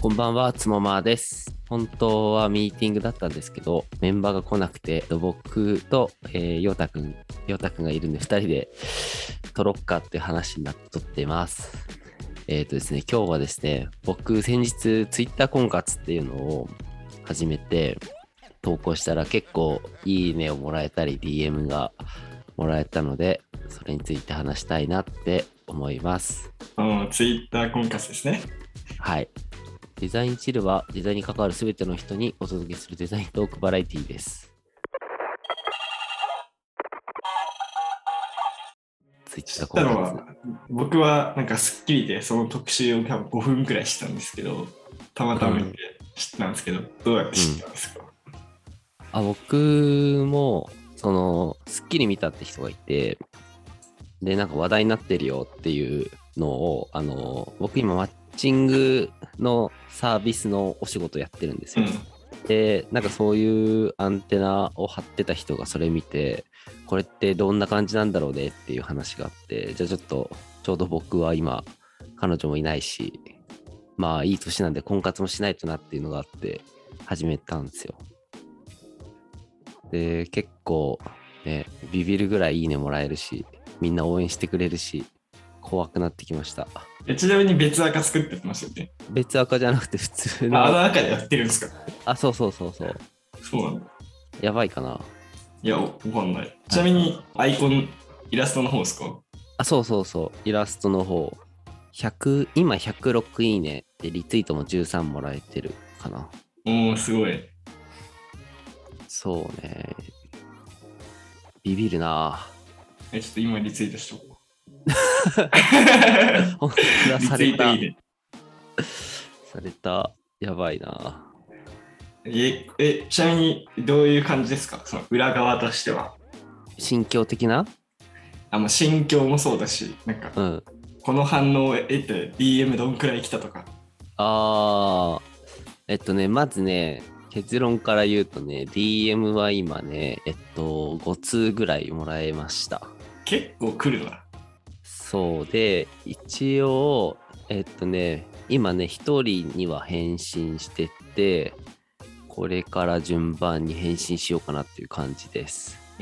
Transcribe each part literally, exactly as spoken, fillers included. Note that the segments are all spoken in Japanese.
こんばんは、つもまです。本当はミーティングだったんですけど、メンバーが来なくて、僕と、えー、ヨウタくん、ヨウタくんがいるんで、ふたりで撮ろっかっていう話になって撮っています。えっとですね、今日はですね、僕先日ツイッター婚活っていうのを始めて投稿したら結構いいねをもらえたり ディーエム がもらえたので、それについて話したいなって思います。 あ、ツイッター婚活ですね。 はい。デザインチルはデザインに関わるすべての人にお届けするデザイントークバラエティです。ツイッター婚活。 は僕はなんかスッキリでその特集を多分ごふんくらいしたんですけど、たまたま見て知ったんですけど、うん、どうやって知ったんですか？うん、 あ僕もそのスッキリ見たって人がいて、でなんか話題になってるよっていうのを、あの僕今マッチングのサービスのお仕事やってるんですよ、うん、でなんかそういうアンテナを張ってた人がそれ見て、これってどんな感じなんだろうねっていう話があって、じゃあちょっとちょうど僕は今彼女もいないし、まあいい年なんで婚活もしないとなっていうのがあって始めたんですよ。で結構ねビビるぐらいいいねもらえるし、みんな応援してくれるし怖くなってきました。 え、ちなみに別アカ作ってますよね？ 別アカじゃなくて普通の。 あ、あの赤でやってるんですか？ あ、そうそうそうそう。 そうなんだ。 やばいかな。 いや、わかんない。ちなみにアイコン、イラストの方ですか？ あ、そうそうそう。イラストの方。ひゃく、今ひゃくろくいいねでリツイートもじゅうさんもらえてるかな。 おー、すごい。 そうね。ビビるな。 え、ちょっと今リツイートしとこう。 本当だ、された。 いいね、 された。やばいな。 え、え、ちなみにどういう感じですか？その裏側としては。 心境的な？ あ、もう心境もそうだし、なんか、うん、この反応を得て ディーエム どんくらい来たとか。 あー、えっとね、まずね、結論から言うとね、ディーエム は今ね、えっと、ご通ぐらいもらえました。 結構来るな。 そうで、一応、えっとね、今ね、一人には返信してて、これから順番に返信しようかなっていう感じです。 うん。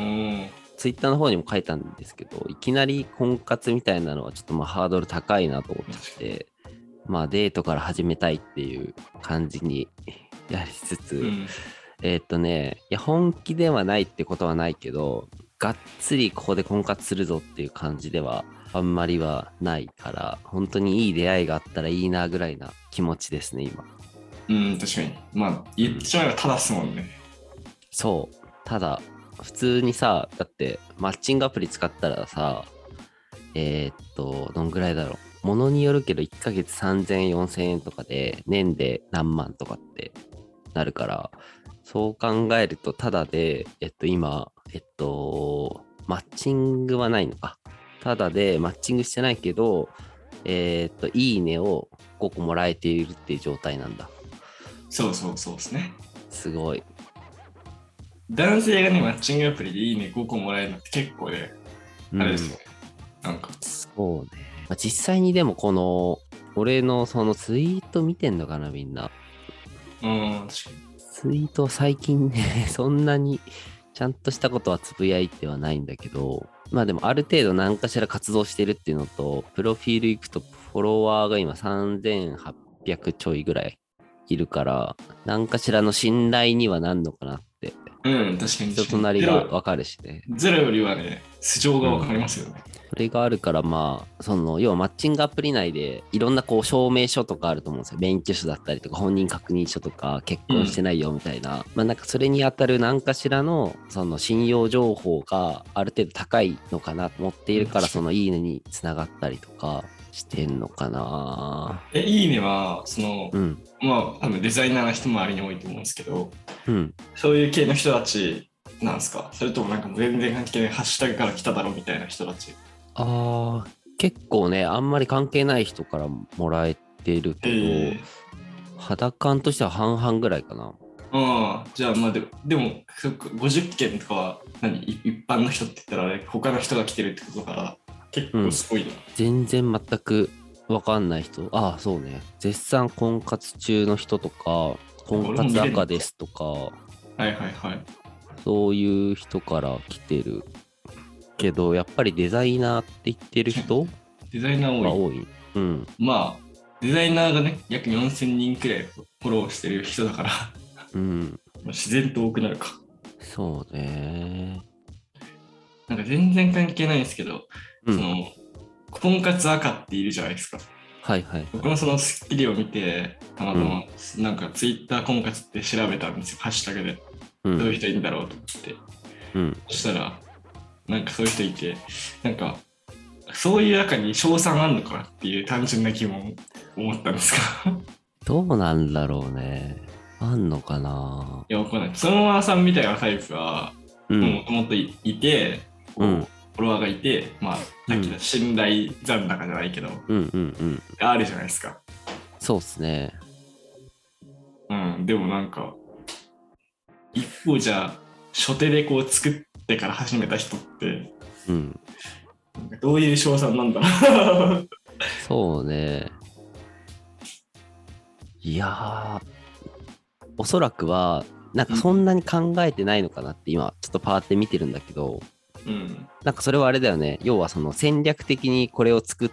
ツイッターの方にも書いたんですけど、いきなり婚活みたいなのはちょっとまあハードル高いなと思って、まあデートから始めたいっていう感じにやりつつ、うん、えっとね、いや本気ではないってことはないけど、がっつりここで婚活するぞっていう感じではあんまりはないから、本当にいい出会いがあったらいいなぐらいな気持ちですね、今。 うん、確かに。まあ、言っちまえばただっすもんね。 そう、ただ、普通にさ、だってマッチングアプリ使ったらさ、えー、っと、どんぐらいだろう。ものによるけどいっかげつさんぜんえん、よんせんえんとかで、年で何万とかってなるから、そう考えると、ただで、えっと、今、えっと、マッチングはないのか。ただで、マッチングしてないけど、えー、っと、いいねをごこもらえているっていう状態なんだ。 そうそうそうですね。 すごい。 男性がね、マッチングアプリでいいねごこもらえるのって結構ね、うん、あれですよね。なんか。 そうね。まあ、実際にでもこの、俺のそのツイート見てんのかな、みんな。 うん、確かに。 ツイート最近ね、そんなにちゃんとしたことはつぶやいてはないんだけど、まあでもある程度何かしら活動してるっていうのと、プロフィール行くとフォロワーが今さんぜんはっぴゃくちょいぐらいいるから、何かしらの信頼にはなんのかなって。 うん、確かに。 人となりがわかるしね。 ゼロよりはね、素性がわかりますよね。うん、 それがあるから、まあ、その、要はマッチングアプリ内でいろんなこう証明書とかあると思うんですよ。免許証だったりとか、本人確認書とか、結婚してないよみたいな。うん、まあなんかそれに当たる何かしらの、その信用情報がある程度高いのかなと思っているから、そのいいねにつながったりとかしてんのかな。 え、いいねは、その、 うん、 まあ多分デザイナーの人周りに多いと思うんですけど、 うん、 そういう系の人たちなんですか？それともなんか全然関係ないハッシュタグから来ただろうみたいな人たち？ ああ、結構ね、あんまり関係ない人からもらえてるけど、えー、肌感としては半々ぐらいかな。 ああ、じゃあまあで、でもごじゅっけんとかは何一般の人って言ったら、ね、他の人が来てるってことだから結構すごいな、うん、 全然全くわかんない人、ああ、そうね。絶賛婚活中の人とか、婚活赤ですとか、 はいはいはい。 そういう人から来てるけど、やっぱりデザイナーって言ってる人デザイナー多い。 が多い。うん。 まあ、デザイナーがね、約よんせんにんくらいフォローしてる人だからうん。 自然と多くなるか。 そうね。 なんか全然関係ないんですけど、 うん。 その、婚活赤っているじゃないですか。 はいはいはい。 僕もそのスッキリを見て、たまたま、なんかツイッター婚活って調べたんですよ、ハッシュタグで。 うん。 どういう人いるんだろうと思って。 うん。 そしたら、なんかそういう人いて、なんか、そういう赤に賞賛あんのかなっていう単純な疑問を思ったんですが。 どうなんだろうね。あんのかな。 いや、わかんない。そのままさんみたいなタイプは、 うん。 もともといて、こう、 うん。 フォロワーがいて、まあ、さっきの信頼残高じゃないけど、 うんうんうん。 あるじゃないですか。 そうっすね。 うん、でもなんか、一方じゃあ、初手でこう作ってから始めた人って、 うん。 なんかどういう賞賛なんだろう。 そうね。いやー、おそらくは、なんかそんなに考えてないのかなって今、ちょっとパーって見てるんだけど、 うん。 なんかそれはあれだよね。要はその戦略的にこれを作って、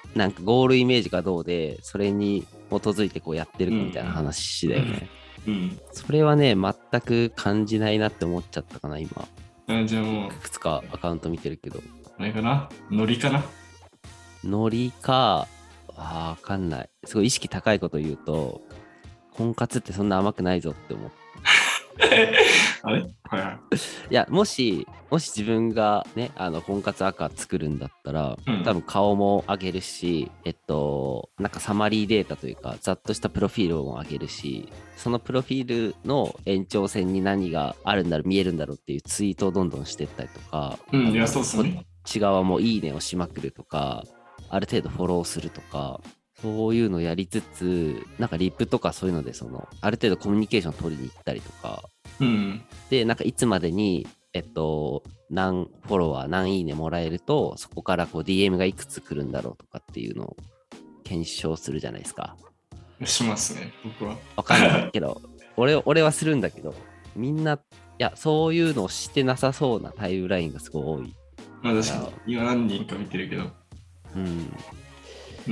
なんかゴールイメージがどうで、それに基づいてこうやってるかみたいな話だよね。 うん。 それはね、全く感じないなって思っちゃったかな、今。 あ、じゃあもう、 いくつかアカウント見てるけど。 あれかな、ノリかな。 ノリか、あーわかんない。すごい意識高いこと言うと、婚活ってそんな甘くないぞって思う。 あれはいはい。 いや、もし、もし自分がね、あの、婚活赤作るんだったら、 うん。 多分顔も上げるし、えっと、なんかサマリーデータというか、ざっとしたプロフィールも上げるし、そのプロフィールの延長線に何があるんだろう、見えるんだろうっていうツイートをどんどんしていったりとか、 うん、 あの、 いや、そうっすこっね。 ち側もいいねをしまくるとか、ある程度フォローするとか、そういうのやりつつ、なんかリップとかそういうので、その、ある程度コミュニケーション取りに行ったりとか、 うん。 で、なんかいつまでに、えっと、何フォロワー、何いいねもらえると、そこからこう ディーエム がいくつ来るんだろうとかっていうのを検証するじゃないですか。 しますね、僕は。 わかんないけど、俺、俺はするんだけど、みんな、いや、そういうのをしてなさそうなタイムラインがすごい多い。 まあ確かに、今何人か見てるけど。 うん。 うん。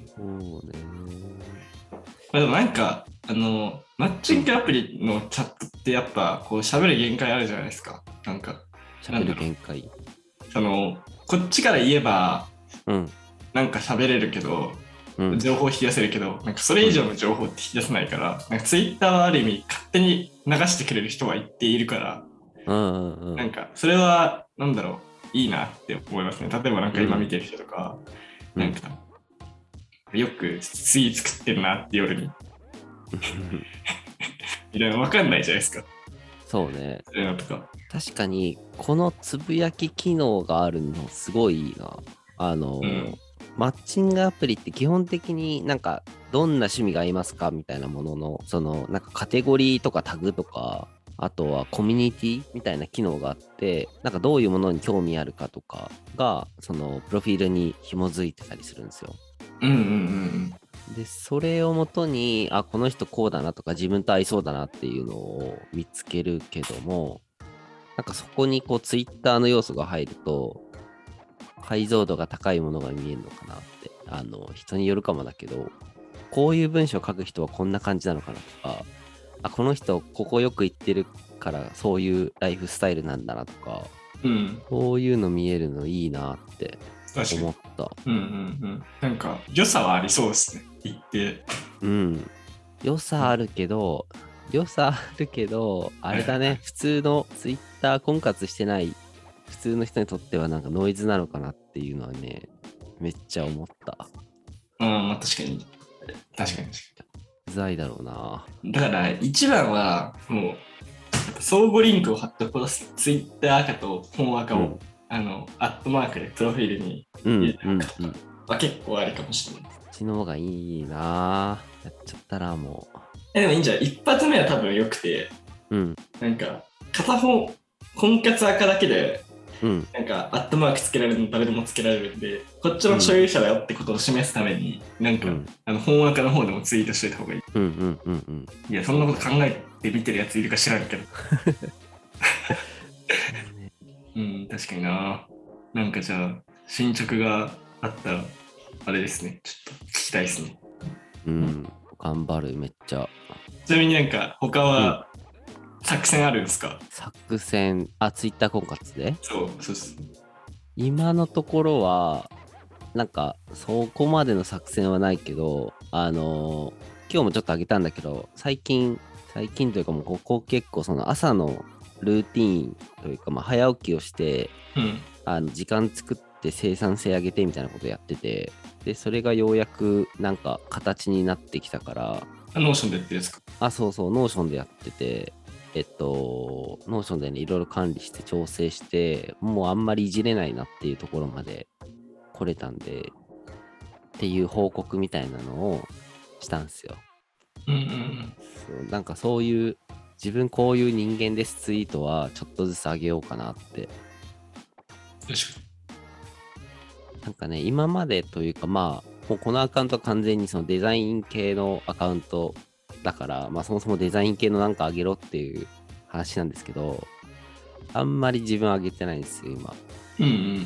そうね。 まあでもなんか、あの、マッチングアプリのチャットってやっぱ、こう喋る限界あるじゃないですか。なんか、な喋るんだろう。 限界。 その、こっちから言えば、 うん。 なんか喋れるけど、 うん。 情報を引き出せるけど、なんかそれ以上の情報って引き出せないから、なんかツイッターはある意味勝手に流してくれる人は言っているから、 うんうんうん。 なんかそれはなんだろう、いいなって思いますね。例えばなんか今見てる人とか、 うん。 なんかよく次作ってるなって夜に。いや、わかんないじゃないですか。 そうね。 そういうのとか。 確かに、このつぶやき機能があるのすごいいいな。あの、 うん。 マッチングアプリって基本的になんか、どんな趣味が合いますかみたいなものの、その、なんかカテゴリーとかタグとか、あとはコミュニティみたいな機能があって、なんかどういうものに興味あるかとかが、その、プロフィールに紐づいてたりするんですよ。 うんうんうんで、それをもとに、あ、この人こうだなとか、自分と合いそうだなっていうのを見つけるけども、なんかそこにこうツイッターの要素が入ると、解像度が高いものが見えるのかなって、あの、人によるかもだけど、こういう文章を書く人はこんな感じなのかなとか、あ、この人ここよく行ってるからそういうライフスタイルなんだなとか、 うん。うん。 こういうの見えるのいいなって確かに。 思った。 うんうんうん。なんか良さはありそうですね。言って。 うん。良さあるけど、良さあるけど、あれだね、普通のツイッター婚活してない普通の人にとってはなんかノイズなのかなっていうのはね、めっちゃ思った。 うん、まあ確かに。確かに確かうざいだろうな。 に。だから一番はもう相互リンクを貼っておくツイッター赤と本赤を、 うん。 あのアットマークでプロフィールにうん、 入れてうん、うん。 おくとかは結構ありかもしれない。 こっちの方がいいな。やっちゃったらもえでもいいんじゃない、一発目は多分良くて、 う。うん、 なんか片方婚活赤だけでうん。 なんか、アットマークつけられるの誰でもつけられるんで、こっちの所有者だよってことを示すために、なんか、 うん。 あの本赤の方でもツイートしといた方がいい。 うんうんうんうん。 いや、そんなこと考えて見てるやついるか知らんけど。うん、確かにな。なんかじゃあ、進捗があったら、あれですね。ちょっと聞きたいですね。 うん。頑張る、めっちゃ。 ちなみになんか、他は作戦あるんですか？ 作戦、あ、ツイッター婚活でそう、そうっす。 今のところは、なんか、そこまでの作戦はないけど、あのー今日もちょっとあげたんだけど、最近、最近というかもうここ結構その朝のルーティーンというか、まあ早起きをして、 うん。 あの時間作って生産性上げてみたいなことやってて、で、それがようやくなんか形になってきたから、 あ、ノーションでやってるやつか。 あ、そうそう、ノーションでやってて、えっと、ノーションでね、いろいろ管理して調整して、もうあんまりいじれないなっていうところまで来れたんで、っていう報告みたいなのをしたんですよ。 うんうんうん。 そうなんかそういう、自分こういう人間ですツイートはちょっとずつ上げようかなって。 確かなんかね、今までというかまあ、もうこのアカウントは完全にそのデザイン系のアカウントだから、まあそもそもデザイン系のなんか上げろっていう話なんですけど、あんまり自分上げてないんですよ、今。 に。うんうん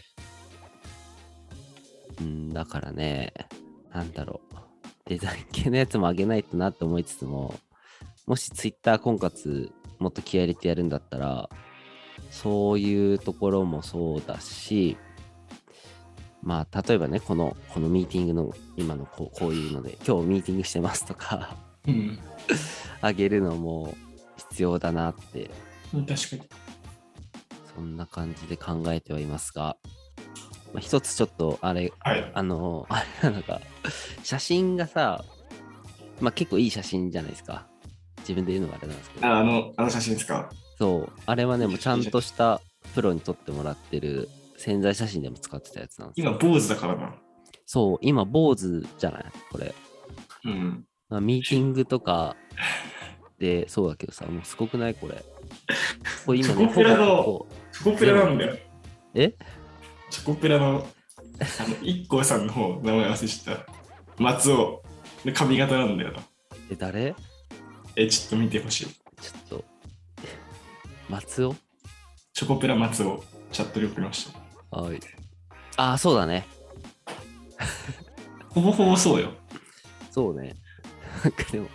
うん、だからね、なんだろう。デザイン系のやつも上げないとなって思いつつも、もしツイッター婚活もっと気合い入れてやるんだったら、そういうところもそうだし、まあ、例えばね、この、このミーティングの、今のこうこういうので、今日ミーティングしてますとか、 うん。うんあげるのも必要だなって、 うん。確かに。 そんな感じで考えてはいますが、まあ、一つちょっと、あれ、 はい。 あの、あれなのが、写真がさ、まあ結構いい写真じゃないですか。自分で言うのがあれなんですけど。 ああの、あの写真ですか？ そう、あれはね、もうちゃんとしたプロに撮ってもらってる宣材写真でも使ってたやつなんです今、 よ。 坊主だからな。 そう、今、坊主じゃないこれ。 うん。 まあ、ミーティングとかで、そうだけどさ、もうすごくないこれ。これ今ね、 チョコプラの、 ほぼチョコプラなんだよ。 えチョコプラの、あの、一 k さんの方、名前忘れちゃった。松尾の髪型なんだよな。 え、誰え、ちょっと見てほしい。 ちょっと、松尾チョコプラ松尾、チャットで送りました。 はい。ああ、そうだね。 ほぼほぼそうよ。 そうね。なんかでも、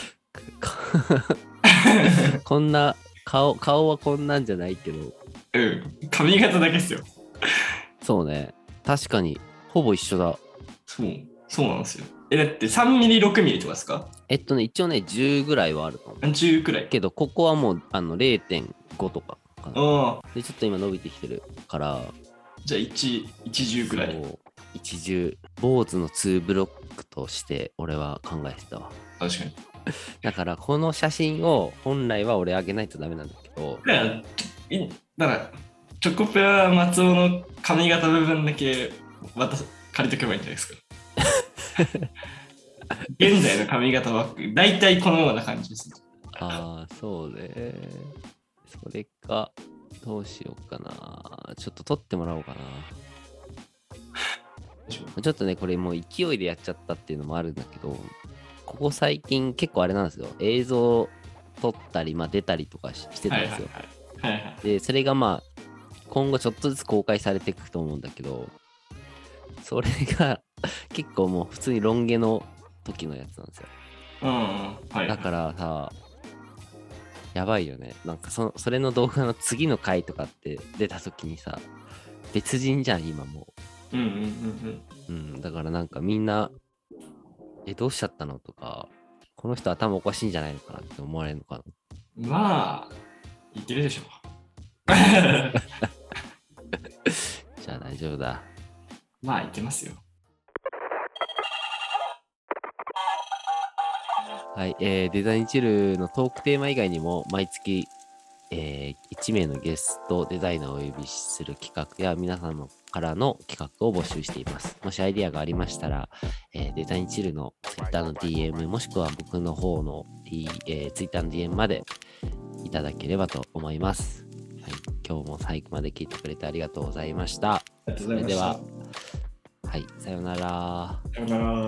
こんな、顔、顔はこんなんじゃないけど、 うん。髪型だけっすよ。 そうね。確かに、ほぼ一緒だ。 そう。そうなんですよ。え、だってさんミリ、ろくミリとかですか？ えっとね、一応ね、じゅうぐらいはあると思う。 じゅうくらい。 けど、ここはもう、あの、れいてんごとかかな。 ああ。 で、ちょっと今伸びてきてるから、 じゃあいち、いちじゅうくらい。 そう一重、坊主のにブロックとして俺は考えてたわ。 確かに。 だから、この写真を本来は俺あげないとダメなんだけど、 だから、いだからチョコプラ松尾の髪型部分だけ渡す借りとけばいいんじゃないですか。現在の髪型は大体このような感じです。 ああ、そうね。それか、どうしようかな。ちょっと撮ってもらおうかな。ちょっとね、これもう勢いでやっちゃったっていうのもあるんだけど、ここ最近結構あれなんですよ。映像撮ったり、まあ出たりとかししてたんですよ。 はいはいはいはいはい。 で、それがまあ、今後ちょっとずつ公開されていくと思うんだけど、それが結構もう普通にロン毛の時のやつなんですよ。 うんうんはいはい。 だからさ、やばいよね。なんかそそれの動画の次の回とかって出た時にさ、別人じゃん、今もうんうんうんう。うん、だからなんかみんな、え、どうしちゃったのとか、この人頭おかしいんじゃないのかなって思われるのかな。 うん。まあ、いけるでしょう。 じゃあ大丈夫だ。 まあ、いけますよ。 はい、えーデザインチルのトークテーマ以外にも毎月、えーいち名のゲストデザイナーをお呼びする企画や皆様からの企画を募集しています。もしアイディアがありましたら、えーデザインチルの Twitter の ディーエム もしくは僕の方の、D えー、Twitter の ディーエム までいただければと思います。はい、 今日も最後まで聞いてくれてありがとうございました。 ありがとうございました。 それでは、はい、さようなら。 さようなら。